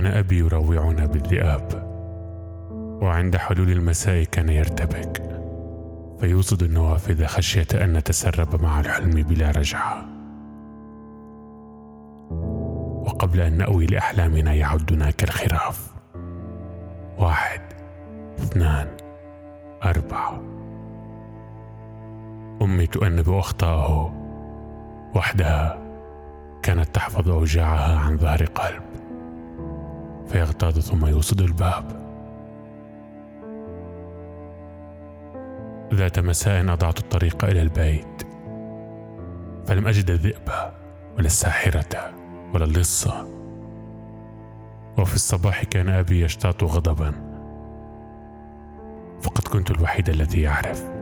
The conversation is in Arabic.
كان أبي يروعنا بالذئاب، وعند حلول المساء كان يرتبك فيوصد النوافذ خشية أن نتسرب مع الحلم بلا رجعة. وقبل أن نأوي لأحلامنا يعدنا كالخراف: 1 2 4. أمي تؤنب أخطاءه وحدها، كانت تحفظ أوجاعها عن ظهر قلب، فيغتاظ ثم يوصد الباب. ذات مساء أضعت الطريق إلى البيت، فلم أجد الذئب ولا الساحرة ولا اللصة. وفي الصباح كان أبي يشتاط غضبا، فقد كنت الوحيد الذي يعرف